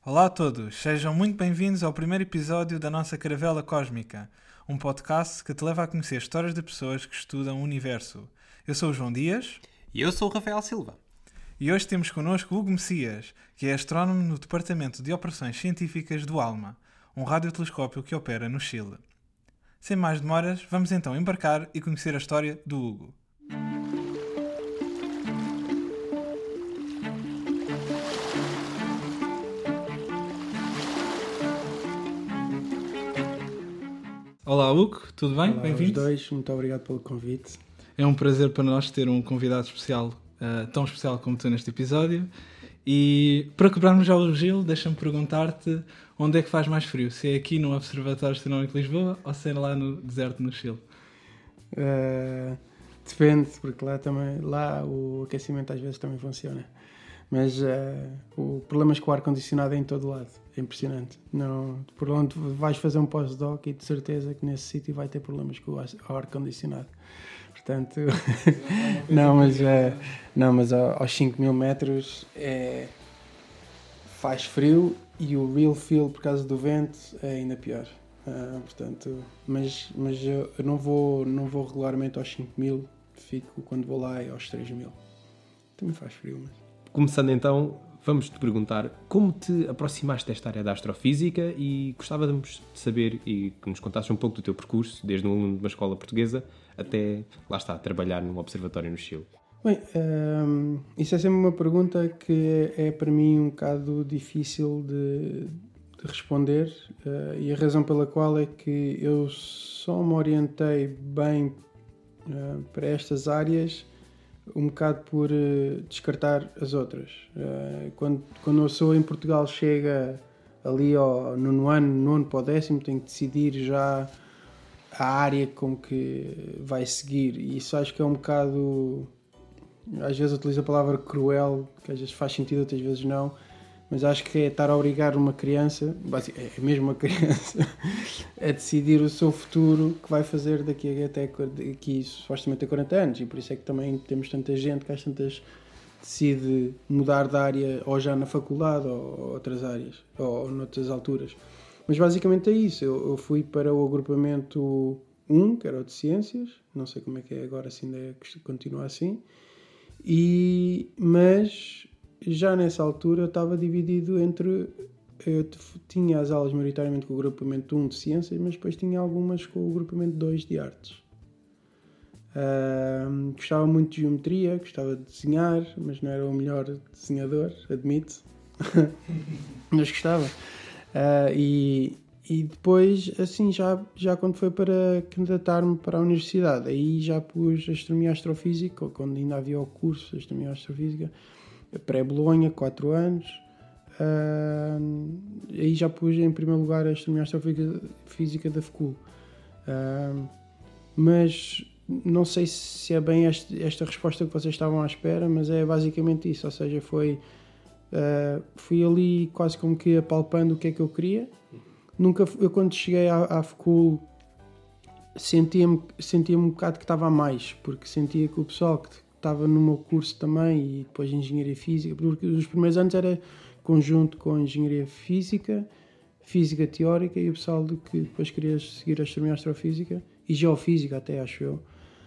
Olá a todos, sejam muito bem-vindos ao primeiro episódio da nossa Caravela Cósmica, um podcast que te leva a conhecer histórias de pessoas que estudam o universo. Eu sou o João Dias E eu sou o Rafael Silva. e hoje temos connosco Hugo Messias, que é astrónomo no Departamento de Operações Científicas do ALMA, um radiotelescópio que opera no Chile. Sem mais demoras, vamos então embarcar e conhecer a história do Hugo. Olá Hugo, tudo bem? Olá aos Bem-vindo. dois, muito obrigado pelo convite. É um prazer para nós ter um convidado especial, tão especial como tu neste episódio. E para quebrarmos já o gelo, deixa-me perguntar-te onde é que faz mais frio? Se é aqui no Observatório Astronómico de Lisboa ou se é lá no deserto no Chile? Depende, porque lá o aquecimento às vezes também funciona. Mas o problemas com o ar-condicionado é em todo lado, é impressionante. Não, por onde vais fazer um pós-doc e de certeza que nesse sítio vai ter problemas com o ar-condicionado. Portanto, mas aos 5.000 metros faz frio e o real feel por causa do vento é ainda pior. Portanto, mas eu não vou regularmente aos 5.000, fico quando vou lá aos 3.000. Também faz frio, mas... Começando então, vamos-te perguntar como te aproximaste desta área da astrofísica e gostávamos de saber e que nos contasses um pouco do teu percurso, desde um aluno de uma escola portuguesa até, lá está, trabalhar num observatório no Chile. Bem, isso é sempre uma pergunta que é para mim um bocado difícil de responder, e a razão pela qual é que eu só me orientei bem para estas áreas um bocado por descartar as outras. Quando a pessoa em Portugal chega ali ao nono para o 10º, tem que decidir já a área como que vai seguir, e isso acho que é um bocado, às vezes utilizo a palavra cruel, que às vezes faz sentido, outras vezes não, mas acho que é estar a obrigar uma criança, é mesmo uma criança, a decidir o seu futuro que vai fazer daqui até aqui, supostamente a 40 anos, e por isso é que também temos tanta gente que às tantas decide mudar de área ou já na faculdade ou outras áreas, ou noutras alturas. Mas basicamente é isso, eu fui para o agrupamento 1, que era o de Ciências, não sei como é que é agora, se ainda continua assim, mas já nessa altura eu estava dividido entre... Eu tinha as aulas maioritariamente com o agrupamento 1 de Ciências, mas depois tinha algumas com o agrupamento 2 de Artes. Gostava muito de geometria, gostava de desenhar, mas não era o melhor desenhador, admito. Mas gostava. E depois, assim, já quando foi para candidatar-me para a universidade, aí já pus Astronomia e Astrofísica, quando ainda havia o curso de Astronomia e Astrofísica, pré-Bolonha, 4 anos. Aí já pus em primeiro lugar a Astronomia e Astrofísica da FCUL. Mas não sei se é bem esta resposta que vocês estavam à espera, mas é basicamente isso, ou seja, fui ali quase como que apalpando o que é que eu queria. Eu quando cheguei à FCUL sentia-me um bocado que estava a mais, porque sentia que o pessoal que estava no meu curso também, e depois Engenharia Física, porque os primeiros anos era conjunto com Engenharia Física, Física Teórica, e o pessoal que depois queria seguir a Astronomia e Astrofísica, e Geofísica até, acho eu.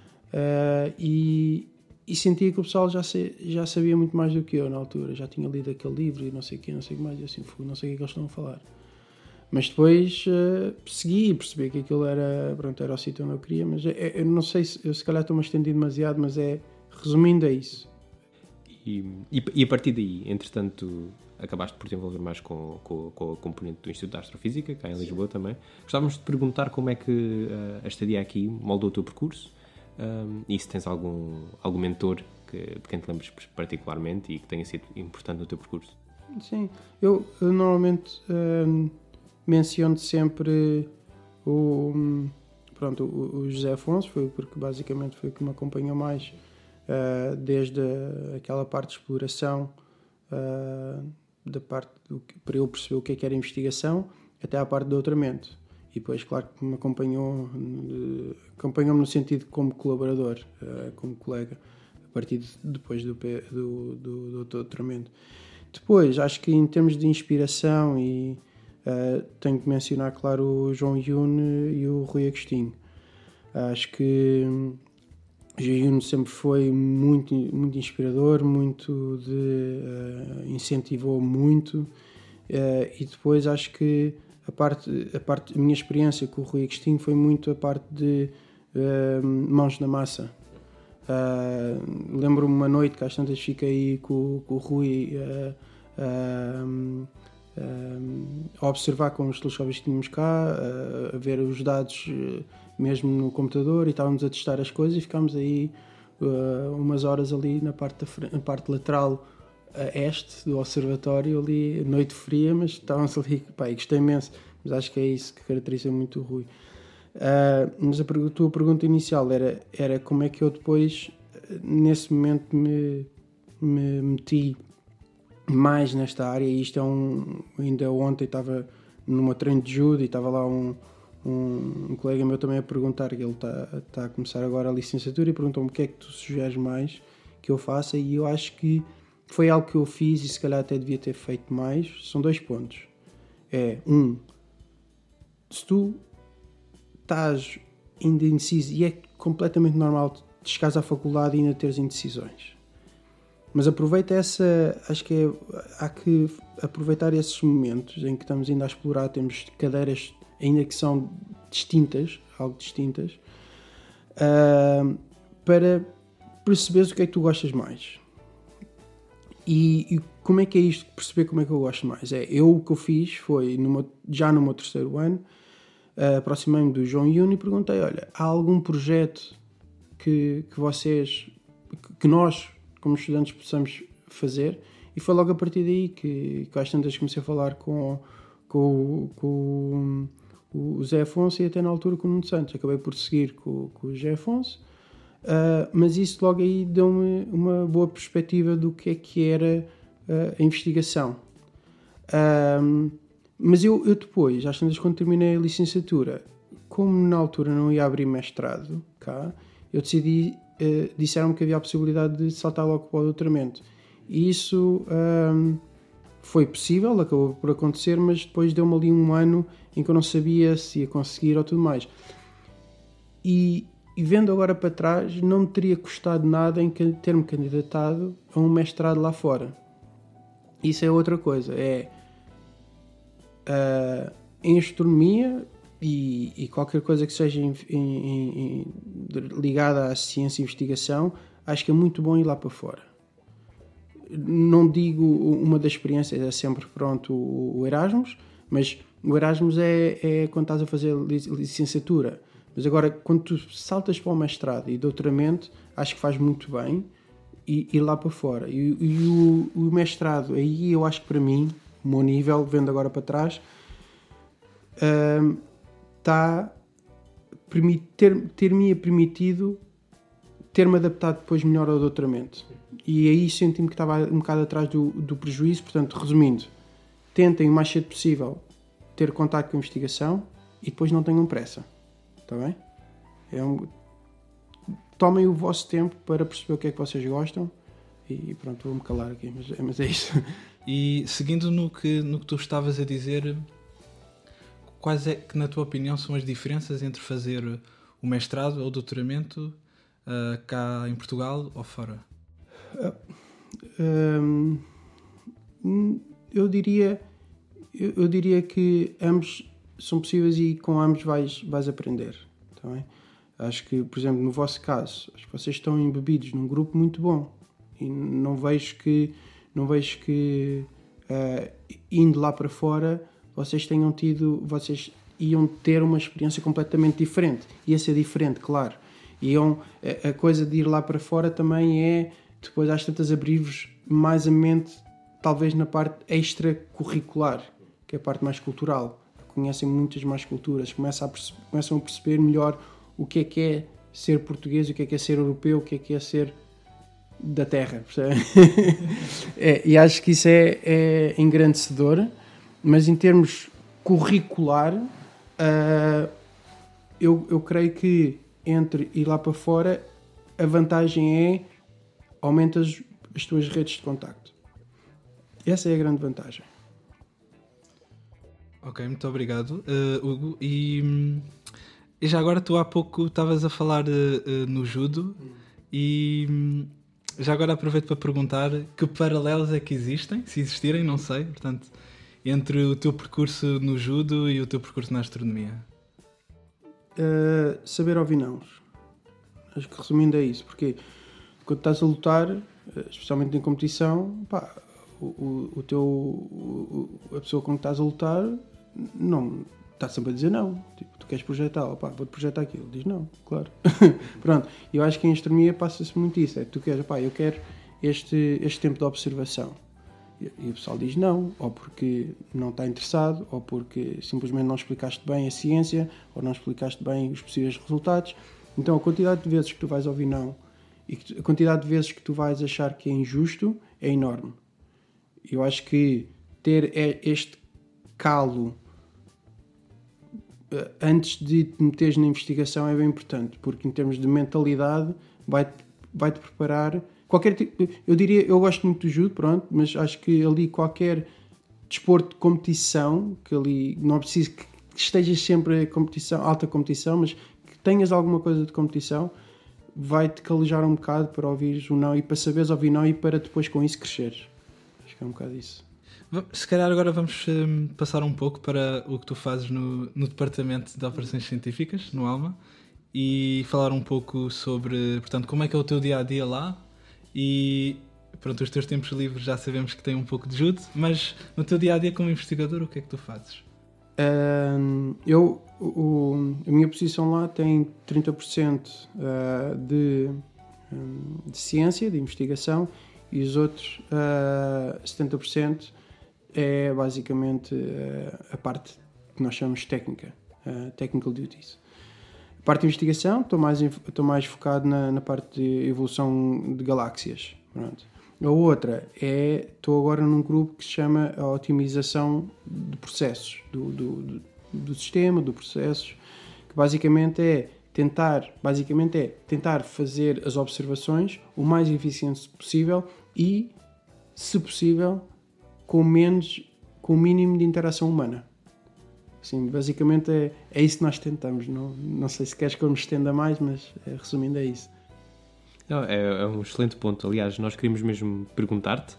E sentia que o pessoal já sabia muito mais do que eu na altura, já tinha lido aquele livro e não sei o que mais, e assim, não sei o que eles estão a falar. Mas depois segui e percebi que aquilo era o sítio onde eu queria, mas eu não sei se calhar estou-me a estender demasiado, mas resumindo é isso. E a partir daí, entretanto, acabaste por te envolver mais com a componente do Instituto de Astrofísica, cá em Lisboa também. Gostávamos de perguntar como é que a estadia aqui moldou o teu percurso, e se tens algum mentor de quem te lembres particularmente e que tenha sido importante no teu percurso. Sim, eu normalmente menciono sempre o José Afonso, porque basicamente foi o que me acompanhou mais desde aquela parte de exploração, da parte para eu perceber o que é que era investigação, até à parte do doutoramento. E depois, claro, que me acompanhou-me no sentido como colaborador, como colega, a partir depois do doutoramento. Depois, acho que em termos de inspiração, e tenho que mencionar, claro, o João Yun e o Rui Agostinho. Acho que o João Yun sempre foi muito, muito inspirador, incentivou muito, e depois acho que a minha experiência com o Rui Agostinho foi muito a parte de mãos na massa. Lembro-me uma noite que às tantas fiquei com o Rui a observar com os telescópios que tínhamos cá, a ver os dados mesmo no computador, e estávamos a testar as coisas, e ficámos aí umas horas ali na parte lateral este do observatório, ali, noite fria, mas estávamos ali, pá, e gostei imenso, mas acho que é isso que caracteriza muito o Rui. Mas a tua pergunta inicial era como é que eu depois, nesse momento, me meti mais nesta área. E isto ainda ontem estava numa treino de judo e estava lá um colega meu também a perguntar, que ele está a começar agora a licenciatura, e perguntou-me o que é que tu sugeres mais que eu faça, e eu acho que foi algo que eu fiz e se calhar até devia ter feito mais. São 2 pontos. Se tu estás ainda indeciso, e é completamente normal chegares à faculdade e ainda teres indecisões, mas aproveita acho que há que aproveitar esses momentos em que estamos ainda a explorar, temos cadeiras ainda que são algo distintas, para perceberes o que é que tu gostas mais. E como é que é isto, perceber como é que eu gosto mais? O que eu fiz foi, já no meu 3º ano, aproximei-me do João Yun e perguntei, olha, há algum projeto que nós, como estudantes, possamos fazer? E foi logo a partir daí que às tantas comecei a falar com o Zé Afonso, e até na altura com o Nuno Santos. Acabei por seguir com o Zé Afonso, mas isso logo aí deu-me uma boa perspectiva do que era a investigação. Mas eu depois, às tantas, quando terminei a licenciatura, como na altura não ia abrir mestrado cá, eu decidi, disseram-me que havia a possibilidade de saltar logo para o doutoramento. E isso foi possível, acabou por acontecer, mas depois deu-me ali um ano em que eu não sabia se ia conseguir ou tudo mais. E vendo agora para trás, não me teria custado nada em ter-me candidatado a um mestrado lá fora. Isso é outra coisa, em astronomia e qualquer coisa que seja ligada à ciência e investigação, acho que é muito bom ir lá para fora. Não digo, uma das experiências é sempre, o Erasmus, mas o Erasmus é quando estás a fazer licenciatura. Mas agora, quando tu saltas para o mestrado e doutoramento, acho que faz muito bem ir lá para fora. E o mestrado, aí eu acho que para mim, o meu nível, vendo agora para trás, ter-me permitido ter-me adaptado depois melhor ao doutoramento. E aí senti-me que estava um bocado atrás do prejuízo. Portanto, resumindo, tentem o mais cedo possível ter contacto com a investigação e depois não tenham pressa. Está bem? Tomem o vosso tempo para perceber o que é que vocês gostam. E pronto, vou-me calar aqui, mas é isso. E seguindo no que tu estavas a dizer, quais é que, na tua opinião, são as diferenças entre fazer o mestrado ou o doutoramento cá em Portugal ou fora? Eu diria que ambos são possíveis e com ambos vais aprender. Tá bem? Acho que, por exemplo, no vosso caso, acho que vocês estão embebidos num grupo muito bom e não vejo que indo lá para fora vocês iam ter uma experiência completamente diferente. Ia ser diferente, claro. A coisa de ir lá para fora também é, depois às tantas, abrir-vos mais a mente, talvez na parte extracurricular, que é a parte mais cultural. Conhecem muitas mais culturas, começam a perceber melhor o que é ser português, o que é ser europeu, o que é ser da terra. E acho que isso é engrandecedor, mas em termos curricular, eu creio que entre ir lá para fora, a vantagem é aumentas as tuas redes de contacto. Essa é a grande vantagem. Ok, muito obrigado, Hugo. E já agora tu há pouco estavas a falar no judo e já agora aproveito para perguntar que paralelos é que existem, se existirem, não sei, portanto, entre o teu percurso no judo e o teu percurso na astronomia. Saber ouvir nãos. Acho que resumindo é isso, porque quando estás a lutar, especialmente em competição, pá, a pessoa com que estás a lutar não está sempre a dizer não. Tipo, tu queres projetar, opá, vou-te projetar aquilo. Diz não, claro. Pronto, eu acho que em astronomia passa-se muito isso. É que tu queres, opá, eu quero este tempo de observação. E o pessoal diz não, ou porque não está interessado, ou porque simplesmente não explicaste bem a ciência, ou não explicaste bem os possíveis resultados. Então a quantidade de vezes que tu vais ouvir não e a quantidade de vezes que tu vais achar que é injusto é enorme. Eu acho que ter este calo antes de te meteres na investigação é bem importante, porque em termos de mentalidade vai-te preparar qualquer tipo. Eu diria, eu gosto muito do judo, pronto, mas acho que ali qualquer desporto de competição, que ali não é preciso que estejas sempre em competição, alta competição, mas que tenhas alguma coisa de competição, vai-te calejar um bocado para ouvires o não e para saberes ouvir não e para depois com isso cresceres. Acho que é um bocado isso. Se calhar agora vamos passar um pouco para o que tu fazes no Departamento de Operações Científicas, no ALMA, e falar um pouco sobre, portanto, como é que é o teu dia-a-dia lá e, pronto, os teus tempos livres já sabemos que tem um pouco de judo, mas no teu dia-a-dia como investigador, o que é que tu fazes? A minha posição lá tem 30% de ciência, de investigação, e os outros 70% é basicamente a parte que nós chamamos técnica, technical duties. A parte de investigação, estou mais focado na parte de evolução de galáxias. Pronto. A outra estou agora num grupo que se chama a otimização de processos, do sistema, de processos, que basicamente é tentar fazer as observações o mais eficiente possível e, se possível, com o mínimo de interação humana. Assim, basicamente é isso que nós tentamos. Não sei se queres que eu me estenda mais, mas resumindo é isso. Não, é um excelente ponto. Aliás, nós queríamos mesmo perguntar-te,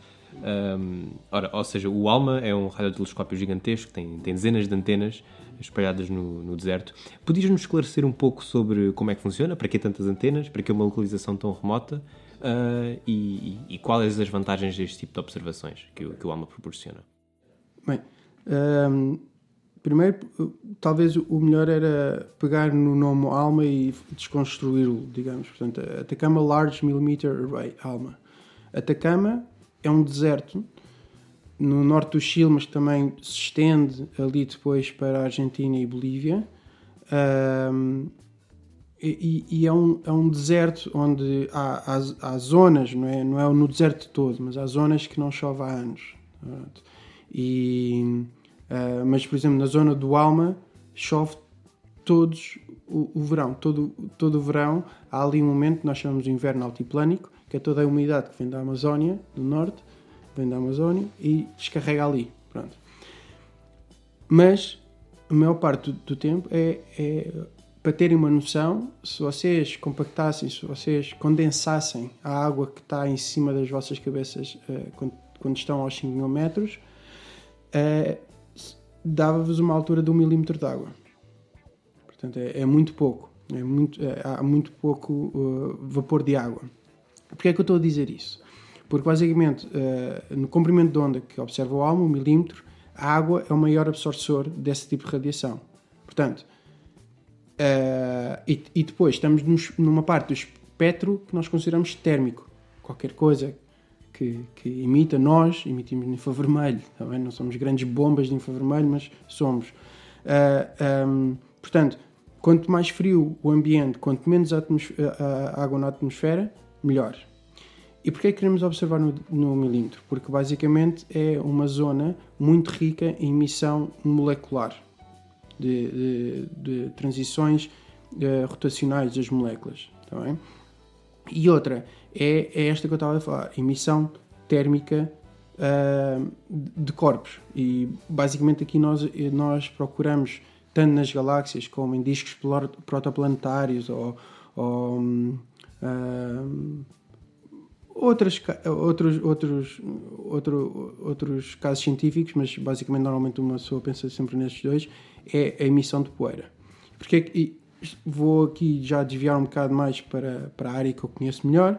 ou seja, o ALMA é um radiotelescópio gigantesco, tem dezenas de antenas espalhadas no deserto. Podias-nos esclarecer um pouco sobre como é que funciona, para que tantas antenas, para que uma localização tão remota e quais as vantagens deste tipo de observações que o ALMA proporciona? Bem, primeiro, talvez o melhor era pegar no nome ALMA e desconstruí-lo, digamos. Portanto, Atacama Large Millimeter Array, ALMA. Atacama é um deserto no norte do Chile, mas que também se estende ali depois para a Argentina e Bolívia. E é um deserto onde há zonas, não é no deserto todo, mas há zonas que não chove há anos. Mas, por exemplo, na zona do ALMA chove todos o verão. Todo o verão há ali um momento que nós chamamos de inverno altiplânico, que é toda a umidade que vem da Amazónia, do norte, vem da Amazónia e descarrega ali. Pronto. Mas a maior parte do tempo é para terem uma noção, se vocês compactassem, se vocês condensassem a água que está em cima das vossas cabeças quando estão aos 5.000 metros, dava-vos uma altura de 1 milímetro de água. Portanto, é muito pouco. Há muito pouco vapor de água. Porquê é que eu estou a dizer isso? Porque, basicamente, no comprimento de onda que observa o ALMA, 1 milímetro, a água é o maior absortor desse tipo de radiação. Portanto, e depois estamos numa parte do espectro que nós consideramos térmico. Qualquer coisa que emita, nós emitimos infravermelho. Também não somos grandes bombas de infravermelho, mas somos. Portanto, quanto mais frio o ambiente, quanto menos água na atmosfera, melhor. E porquê é que queremos observar no milímetro? Porque basicamente é uma zona muito rica em emissão molecular de transições rotacionais das moléculas. Tá bem? E outra é esta que eu estava a falar, emissão térmica de corpos. E basicamente aqui nós procuramos, tanto nas galáxias como em discos protoplanetários ou outros casos científicos, mas basicamente normalmente uma pessoa pensa sempre nestes dois, é a emissão de poeira. Porque vou aqui já desviar um bocado mais para a área que eu conheço melhor.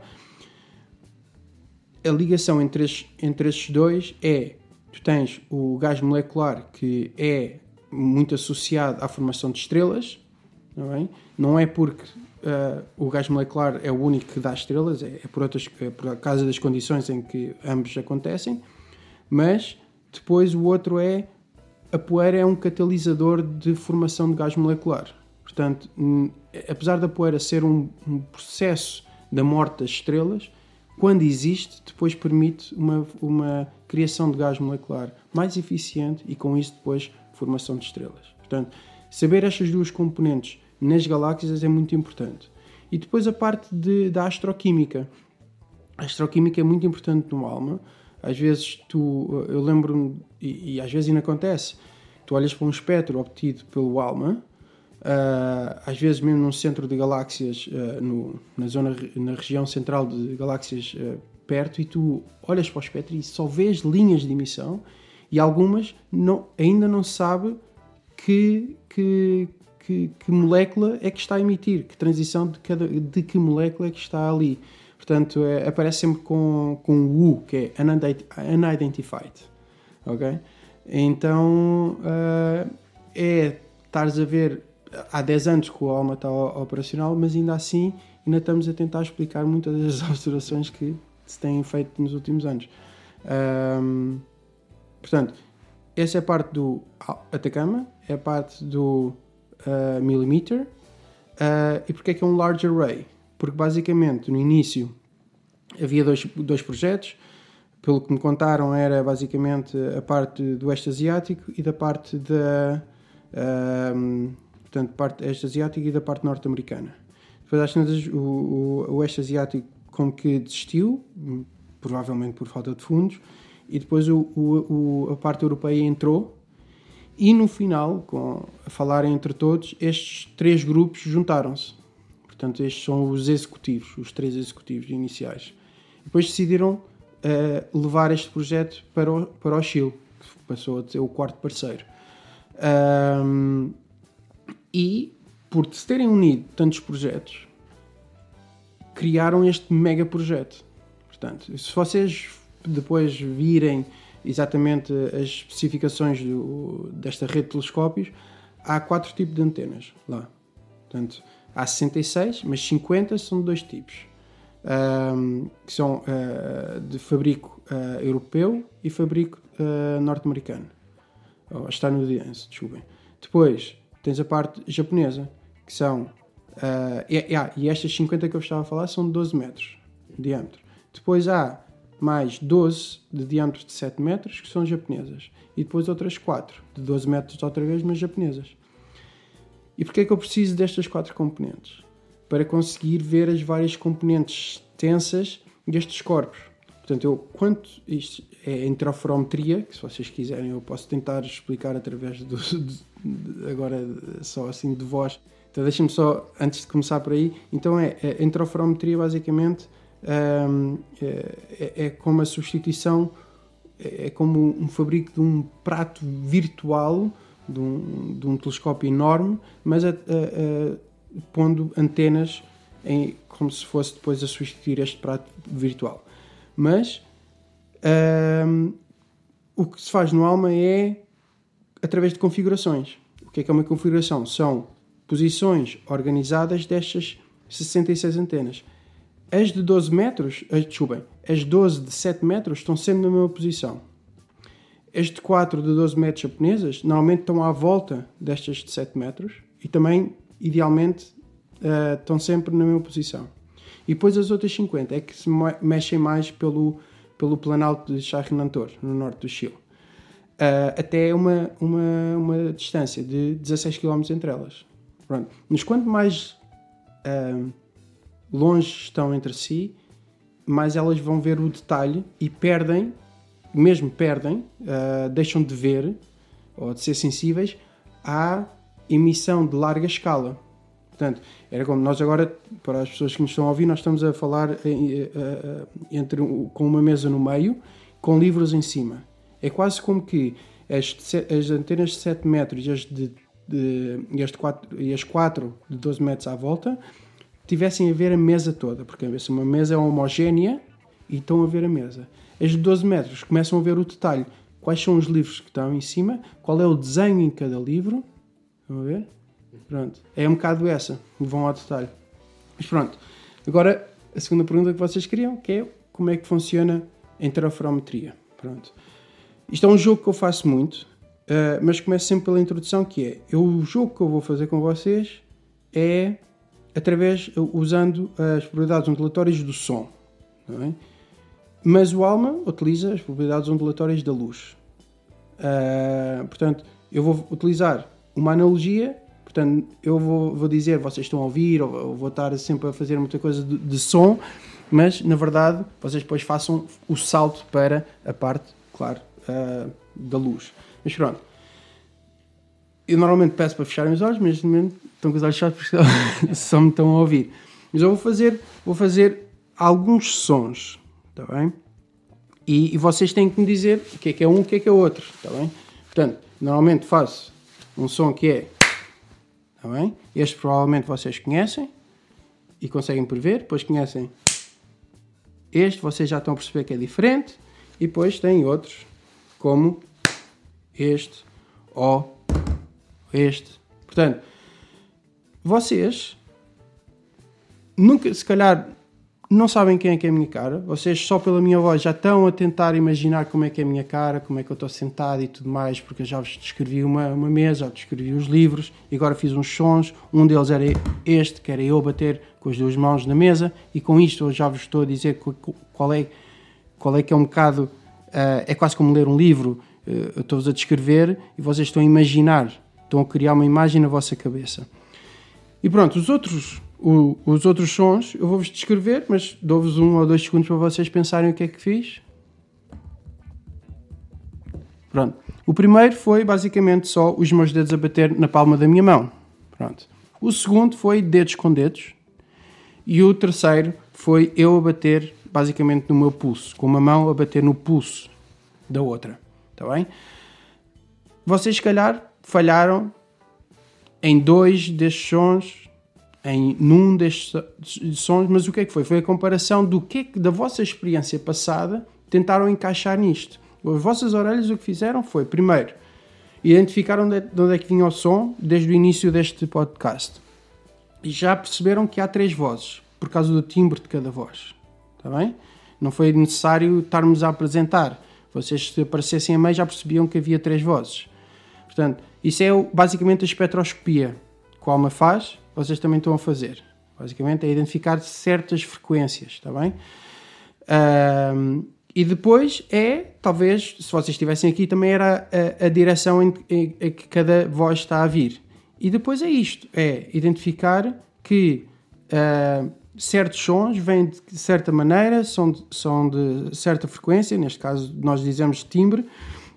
A ligação entre estes dois tu tens o gás molecular, que é muito associado à formação de estrelas, não é porque o gás molecular é o único que dá estrelas, é por causa das condições em que ambos acontecem, mas depois o outro a poeira é um catalisador de formação de gás molecular. Portanto, apesar da poeira ser um processo da morte das estrelas, quando existe, depois permite uma criação de gás molecular mais eficiente e com isso depois formação de estrelas. Portanto, saber estas duas componentes nas galáxias é muito importante. E depois a parte da astroquímica. A astroquímica é muito importante no ALMA. Às vezes eu lembro-me, e às vezes ainda acontece, tu olhas para um espectro obtido pelo ALMA, às vezes mesmo num centro de galáxias, na região central de galáxias perto, e tu olhas para o espectro e só vês linhas de emissão, e algumas ainda não se sabe que molécula é que está a emitir, que transição de que molécula é que está ali. Portanto, aparece sempre com o U, que é unidentified. Ok? Então, estares a ver, há 10 anos que o ALMA está operacional, mas ainda assim ainda estamos a tentar explicar muitas das observações que se têm feito nos últimos anos. Portanto, essa é a parte do Atacama, é a parte do Millimeter. E porque é que é um Large Array? Porque basicamente no início havia dois projetos. Pelo que me contaram, era basicamente a parte do Oeste Asiático e da parte portanto, parte Oeste Asiático e da parte norte-americana. Depois, às vezes, o Oeste Asiático como que desistiu, provavelmente por falta de fundos, e depois a parte europeia entrou, e no final, a falarem entre todos, estes 3 grupos juntaram-se. Portanto, estes são os executivos, os 3 executivos iniciais. Depois decidiram levar este projeto para o Chile, que passou a ser o 4º parceiro. E, por se terem unido tantos projetos, criaram este mega projeto. Portanto, se vocês depois virem exatamente as especificações desta rede de telescópios, há 4 tipos de antenas lá. Portanto, há 66, mas 50 são de 2 tipos. Que são de fabrico europeu e fabrico norte-americano. Ou estadunidense, desculpem. Depois, tens a parte japonesa, que são... e estas 50 que eu estava a falar são de 12 metros de diâmetro. Depois há mais 12 de diâmetro de 7 metros, que são japonesas. E depois outras 4 de 12 metros outra vez, mas japonesas. E porquê é que eu preciso destas 4 componentes? Para conseguir ver as várias componentes tensas destes corpos. Portanto, isto é interferometria, que se vocês quiserem eu posso tentar explicar através agora só assim de voz. Então deixem-me só, antes de começar por aí, então a interferometria basicamente é como a substituição, é como um fabrico de um prato virtual, de um telescópio enorme, mas pondo antenas como se fosse depois a substituir este prato virtual. Mas o que se faz no ALMA é através de configurações. O que é uma configuração? São posições organizadas destas 66 antenas. As de 12 metros, as 12 de 7 metros estão sempre na mesma posição. As de 4 de 12 metros japonesas normalmente estão à volta destas de 7 metros e também, idealmente, estão sempre na mesma posição. E depois as outras 50 é que se mexem mais pelo planalto de Chajnantor, no norte do Chile. Até uma distância de 16 km entre elas. Pronto. Mas quanto mais longe estão entre si, mais elas vão ver o detalhe e perdem mesmo perdem, deixam de ver ou de ser sensíveis à emissão de larga escala. Portanto, era como nós agora, para as pessoas que nos estão a ouvir, nós estamos a falar com uma mesa no meio, com livros em cima. É quase como que as antenas de 7 metros e as 4 de 12 metros à volta tivessem a ver a mesa toda, porque se uma mesa é homogénea e estão a ver a mesa. As de 12 metros começam a ver o detalhe. Quais são os livros que estão em cima, qual é o desenho em cada livro. Estão a ver? Pronto. É um bocado essa. Vão ao detalhe. Mas pronto. Agora, a segunda pergunta que vocês queriam, que é como é que funciona a interferometria. Pronto. Isto é um jogo que eu faço muito, mas começo sempre pela introdução, que é, o jogo que eu vou fazer com vocês é usando as propriedades ondulatórias do som. Não é? Mas o ALMA utiliza as propriedades ondulatórias da luz. Portanto, eu vou utilizar uma analogia. Portanto, eu vou dizer, vocês estão a ouvir, ou vou estar sempre a fazer muita coisa de som, mas, na verdade, vocês depois façam o salto para a parte, claro, da luz. Mas pronto. Eu normalmente peço para fecharem os olhos, mas neste momento estão com os olhos fechados porque só me estão a ouvir. Mas eu vou fazer alguns sons, está bem? E vocês têm que me dizer o que é um e o que é outro, está bem? Portanto, normalmente faço um som que é, está bem? Este provavelmente vocês conhecem e conseguem prever, depois conhecem este, vocês já estão a perceber que é diferente, e depois tem outros, como este ou este. Portanto, vocês nunca, se calhar, não sabem quem é que é a minha cara. Vocês só pela minha voz já estão a tentar imaginar como é que é a minha cara, como é que eu estou sentado e tudo mais, porque eu já vos descrevi uma mesa, já descrevi os livros e agora fiz uns sons. Um deles era este, que era eu bater com as duas mãos na mesa, e com isto eu já vos estou a dizer qual é que é um bocado... é quase como ler um livro. Eu estou-vos a descrever e vocês estão a imaginar, estão a criar uma imagem na vossa cabeça. E pronto, os outros sons eu vou-vos descrever, mas dou-vos 1 ou 2 segundos para vocês pensarem o que é que fiz. Pronto. O primeiro foi basicamente só os meus dedos a bater na palma da minha mão. Pronto. O segundo foi dedos com dedos. E o terceiro foi eu a bater basicamente no meu pulso, com uma mão a bater no pulso da outra. Está bem? Vocês, se calhar, falharam em 2 destes sons, num destes sons, mas o que é que foi? Foi a comparação do que da vossa experiência passada tentaram encaixar nisto. As vossas orelhas o que fizeram foi, primeiro, identificaram de onde é que vinha o som desde o início deste podcast. E já perceberam que há 3 vozes, por causa do timbre de cada voz. Está bem? Não foi necessário estarmos a apresentar. Vocês, se aparecessem a meio, já percebiam que havia 3 vozes. Portanto, isso é basicamente a espectroscopia que o ALMA faz, vocês também estão a fazer. Basicamente é identificar certas frequências, está bem? E depois talvez, se vocês estivessem aqui, também era a direção em que cada voz está a vir. E depois é isto, é identificar que certos sons vêm de certa maneira, são de certa frequência, neste caso nós dizemos timbre,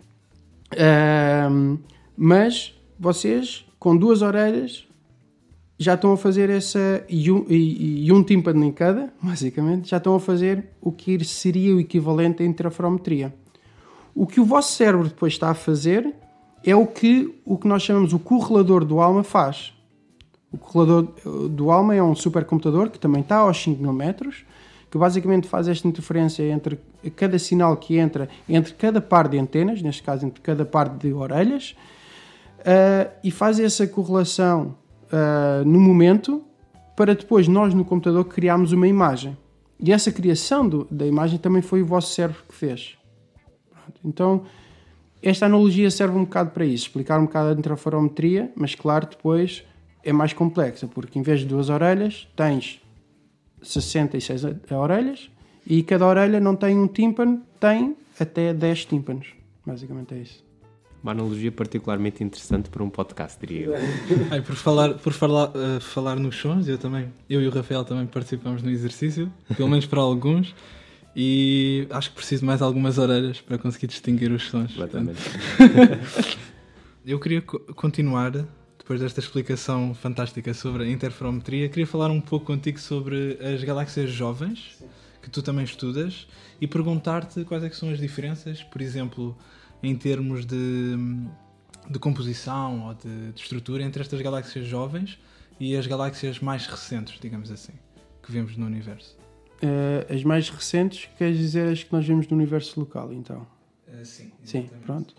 mas vocês, com 2 orelhas, já estão a fazer essa, e um tímpano em cada, basicamente, já estão a fazer o que seria o equivalente à interferometria. O que o vosso cérebro depois está a fazer é o que nós chamamos o correlador do ALMA faz. O correlador do ALMA é um supercomputador que também está aos 5.000 metros, que basicamente faz esta interferência entre cada sinal que entra entre cada par de antenas, neste caso entre cada par de orelhas, e faz essa correlação no momento, para depois nós no computador criarmos uma imagem. E essa criação da imagem também foi o vosso cérebro que fez. Pronto. Então, esta analogia serve um bocado para isso, explicar um bocado a interferometria, mas claro, depois é mais complexa, porque em vez de 2 orelhas, tens 66 orelhas, e cada orelha não tem um tímpano, tem até 10 tímpanos. Basicamente é isso. Uma analogia particularmente interessante para um podcast, diria eu. Por falar nos sons, eu e o Rafael também participamos no exercício, pelo menos para alguns, e acho que preciso de mais algumas orelhas para conseguir distinguir os sons. Exatamente. Eu queria continuar, depois desta explicação fantástica sobre a interferometria, queria falar um pouco contigo sobre as galáxias jovens, que tu também estudas, e perguntar-te quais é que são as diferenças, por exemplo, em termos de composição ou de estrutura entre estas galáxias jovens e as galáxias mais recentes, digamos assim, que vemos no universo. As mais recentes, queres dizer as que nós vemos no universo local, então? Sim. Sim, pronto.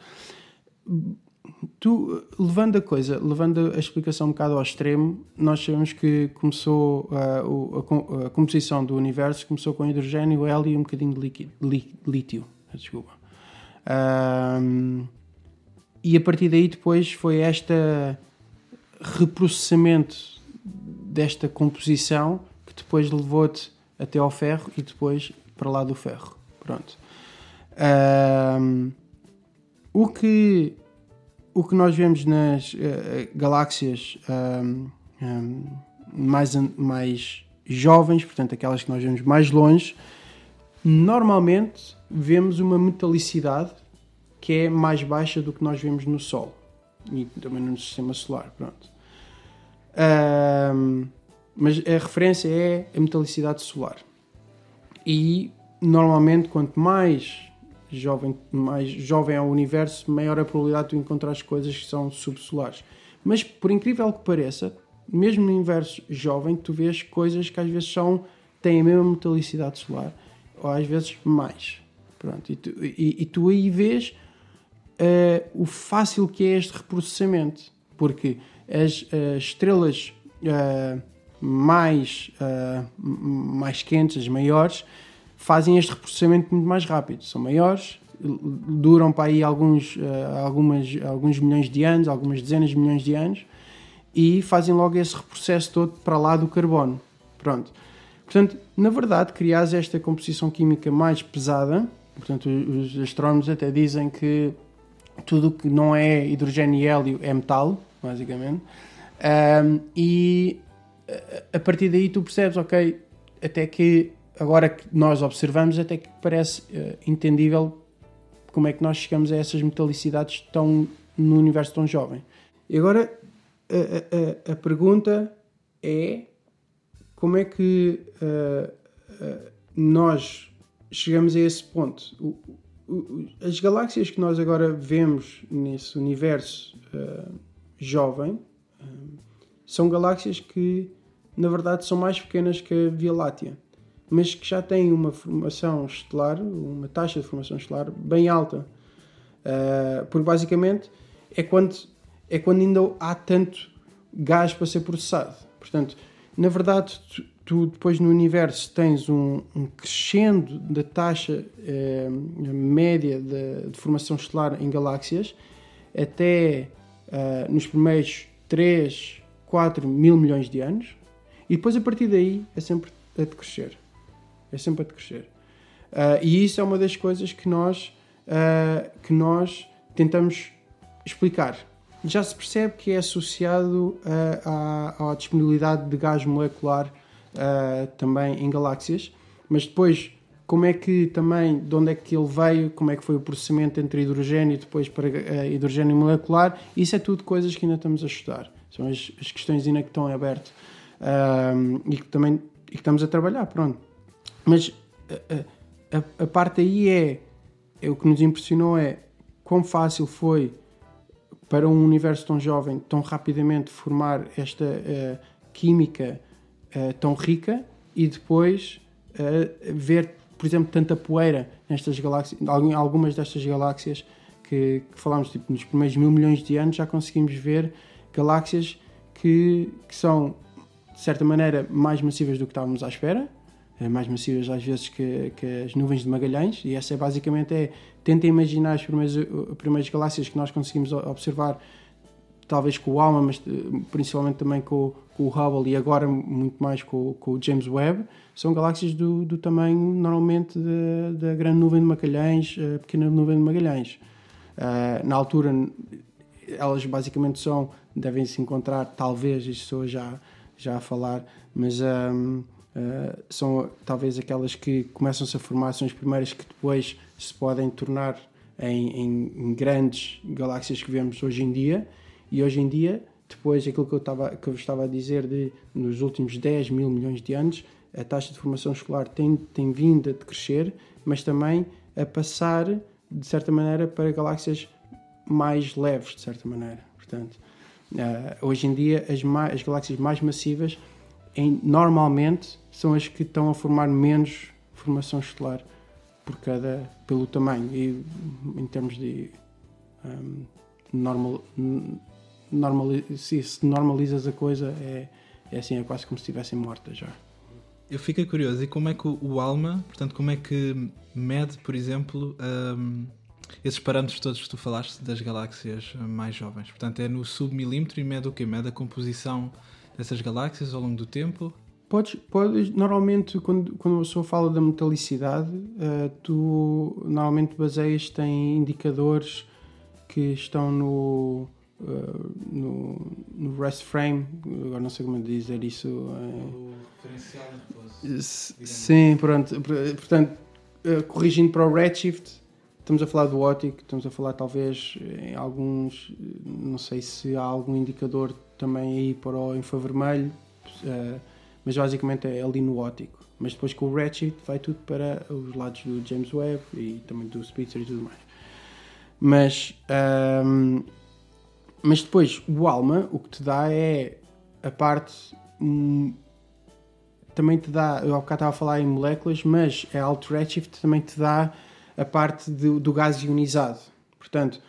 Tu, levando a explicação um bocado ao extremo, nós sabemos que começou a composição do universo começou com hidrogênio, hélio e um bocadinho de lítio. Desculpa. E a partir daí depois foi este reprocessamento desta composição que depois levou-te até ao ferro e depois para lá do ferro. Pronto. O que nós vemos nas galáxias mais jovens, portanto aquelas que nós vemos mais longe, normalmente vemos uma metalicidade que é mais baixa do que nós vemos no Sol e também no Sistema Solar. Pronto. Mas a referência é a metalicidade solar. E normalmente quanto mais jovem é o universo, maior a probabilidade de tu encontrar as coisas que são subsolares. Mas por incrível que pareça, mesmo no universo jovem, tu vês coisas que às vezes têm a mesma metalicidade solar, ou às vezes mais. Pronto. E tu aí vês o fácil que é este reprocessamento, porque as estrelas mais quentes, as maiores, fazem este reprocessamento muito mais rápido. São maiores, duram para aí alguns milhões de anos, algumas dezenas de milhões de anos, e fazem logo esse reprocesso todo para lá do carbono. Pronto. Portanto, na verdade, crias esta composição química mais pesada. Portanto, os astrónomos até dizem que tudo o que não é hidrogênio e hélio é metal, basicamente. E a partir daí tu percebes, ok, até que agora que nós observamos, até que parece entendível como é que nós chegamos a essas metalicidades no universo tão jovem. E agora a pergunta é como é que nós chegamos a esse ponto. As galáxias que nós agora vemos nesse universo jovem são galáxias que, na verdade, são mais pequenas que a Via Láctea, mas que já têm uma formação estelar, uma taxa de formação estelar bem alta. Porque, basicamente, é quando ainda há tanto gás para ser processado. Portanto, na verdade, tu depois no universo tens um crescendo da taxa média de formação estelar em galáxias até nos primeiros 3, 4 mil milhões de anos, e depois a partir daí é sempre a decrescer. É sempre a decrescer. E isso é uma das coisas que nós tentamos explicar. Já se percebe que é associado à disponibilidade de gás molecular também em galáxias, mas depois como é que também, de onde é que ele veio, como é que foi o processamento entre hidrogênio e depois para hidrogênio molecular, isso é tudo coisas que ainda estamos a estudar. São as questões ainda que estão em aberto e que estamos a trabalhar, pronto. Mas a parte aí é o que nos impressionou é quão fácil foi para um universo tão jovem, tão rapidamente formar esta química tão rica e depois ver, por exemplo, tanta poeira nestas galáxias, algumas destas galáxias que falámos, tipo, nos primeiros 1.000 milhões de anos já conseguimos ver galáxias que são, de certa maneira, mais massivas do que estávamos à espera, mais massivas às vezes que as nuvens de Magalhães, e essa basicamente tenta imaginar as primeiras galáxias que nós conseguimos observar, talvez com o ALMA, mas principalmente também com o Hubble e agora muito mais com o James Webb, são galáxias do tamanho normalmente da grande nuvem de Magalhães, a pequena nuvem de Magalhães. Na altura elas basicamente devem se encontrar, talvez, isto estou já a falar, mas São talvez aquelas que começam-se a formar, são as primeiras que depois se podem tornar em grandes galáxias que vemos hoje em dia. E hoje em dia, depois aquilo que eu estava a dizer nos últimos 10 mil milhões de anos, a taxa de formação estelar tem vindo a crescer, mas também a passar, de certa maneira, para galáxias mais leves, de certa maneira. Portanto, hoje em dia, as galáxias mais massivas, normalmente, são as que estão a formar menos formação estelar pelo tamanho. E em termos de se normalizas a coisa, é assim, é quase como se estivessem mortas já. Eu fiquei curioso, e como é que o ALMA, portanto, como é que mede, por exemplo, esses parâmetros todos que tu falaste das galáxias mais jovens? Portanto, é no submilímetro e mede o quê? Mede a composição dessas galáxias ao longo do tempo? Podes normalmente, quando a pessoa fala da metalicidade, tu normalmente baseias-te em indicadores que estão no rest frame, agora não sei como dizer isso. O referencial de repouso. Sim, pronto. Portanto, corrigindo para o redshift, estamos a falar do óptico, estamos a falar talvez em alguns, não sei se há algum indicador também aí para o infravermelho, mas basicamente é ali no óptico. Mas depois com o redshift vai tudo para os lados do James Webb e também do Spitzer e tudo mais. Mas depois o ALMA, o que te dá é a parte... também te dá, eu há bocado estava a falar em moléculas, mas a Alto Redshift também te dá a parte do gás ionizado. Portanto,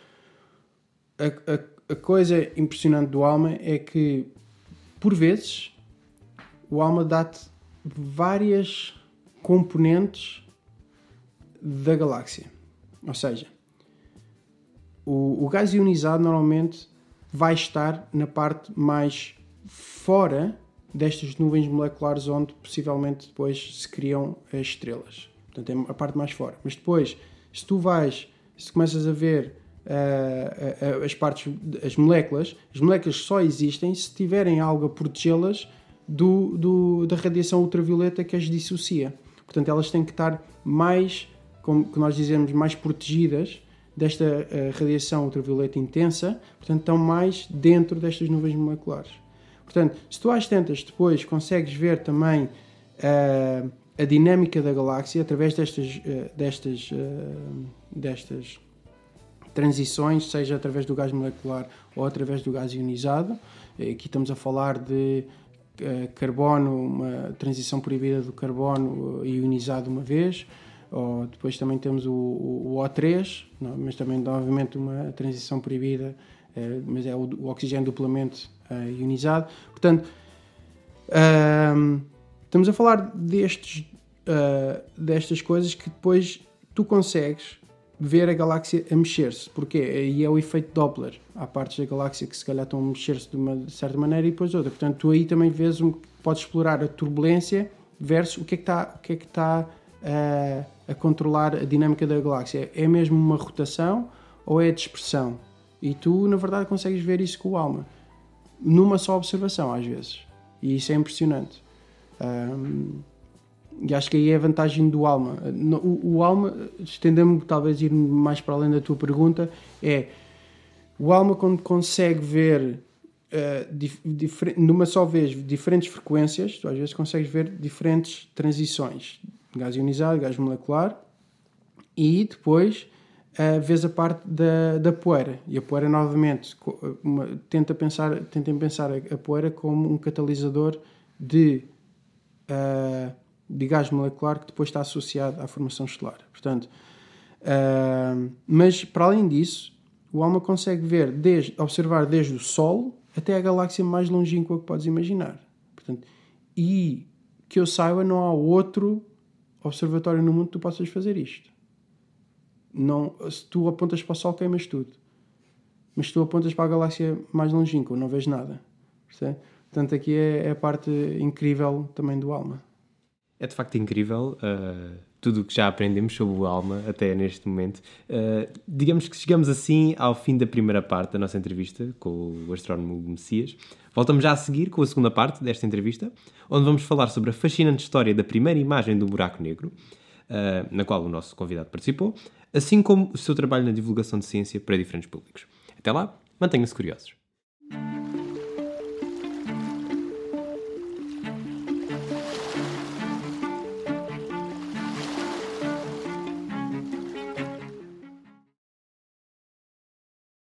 a coisa impressionante do ALMA é que, por vezes, o ALMA dá-te várias componentes da galáxia. Ou seja, o gás ionizado normalmente vai estar na parte mais fora destas nuvens moleculares onde possivelmente depois se criam as estrelas. Portanto, é a parte mais fora. Mas depois, se começas a ver as moléculas só existem se tiverem algo a protegê-las da radiação ultravioleta que as dissocia. Portanto, elas têm que estar mais, como que nós dizemos, mais protegidas desta radiação ultravioleta intensa, portanto, estão mais dentro destas nuvens moleculares. Portanto, se tu às tantas depois consegues ver também a dinâmica da galáxia através destas transições, seja através do gás molecular ou através do gás ionizado, aqui estamos a falar de carbono, uma transição proibida do carbono ionizado uma vez, ou depois também temos o O3, mas também novamente uma transição proibida, mas é o oxigênio duplamente ionizado. Portanto, estamos a falar destas coisas que depois tu consegues ver a galáxia a mexer-se. Porquê? E é o efeito Doppler. Há partes da galáxia que se calhar estão a mexer-se de uma certa maneira e depois outra. Portanto, tu aí também podes explorar a turbulência versus o que é que está a controlar a dinâmica da galáxia. É mesmo uma rotação ou é a dispersão? E tu, na verdade, consegues ver isso com o ALMA. Numa só observação, às vezes. E isso é impressionante. E acho que aí é a vantagem do ALMA. O ALMA, estendendo-me talvez ir mais para além da tua pergunta, o ALMA quando consegue ver numa só vez diferentes frequências, tu às vezes consegues ver diferentes transições. Gás ionizado, gás molecular, e depois vês a parte da poeira. E a poeira, novamente, tentem pensar a poeira como um catalisador de gás molecular que depois está associado à formação estelar. Portanto, mas para além disso, o ALMA consegue observar desde o Sol até a galáxia mais longínqua que podes imaginar. Portanto, e que eu saiba, não há outro observatório no mundo que tu possas fazer isto. Não, se tu apontas para o Sol, queimas tudo. Mas se tu apontas para a galáxia mais longínqua, não vês nada. Percebe? Portanto, aqui é a parte incrível também do ALMA. É de facto incrível. tudo o que já aprendemos sobre o ALMA até neste momento. Digamos que chegamos assim ao fim da primeira parte da nossa entrevista com o astrónomo Messias. Voltamos já a seguir com a segunda parte desta entrevista, onde vamos falar sobre a fascinante história da primeira imagem do buraco negro, na qual o nosso convidado participou, assim como o seu trabalho na divulgação de ciência para diferentes públicos. Até lá, mantenham-se curiosos.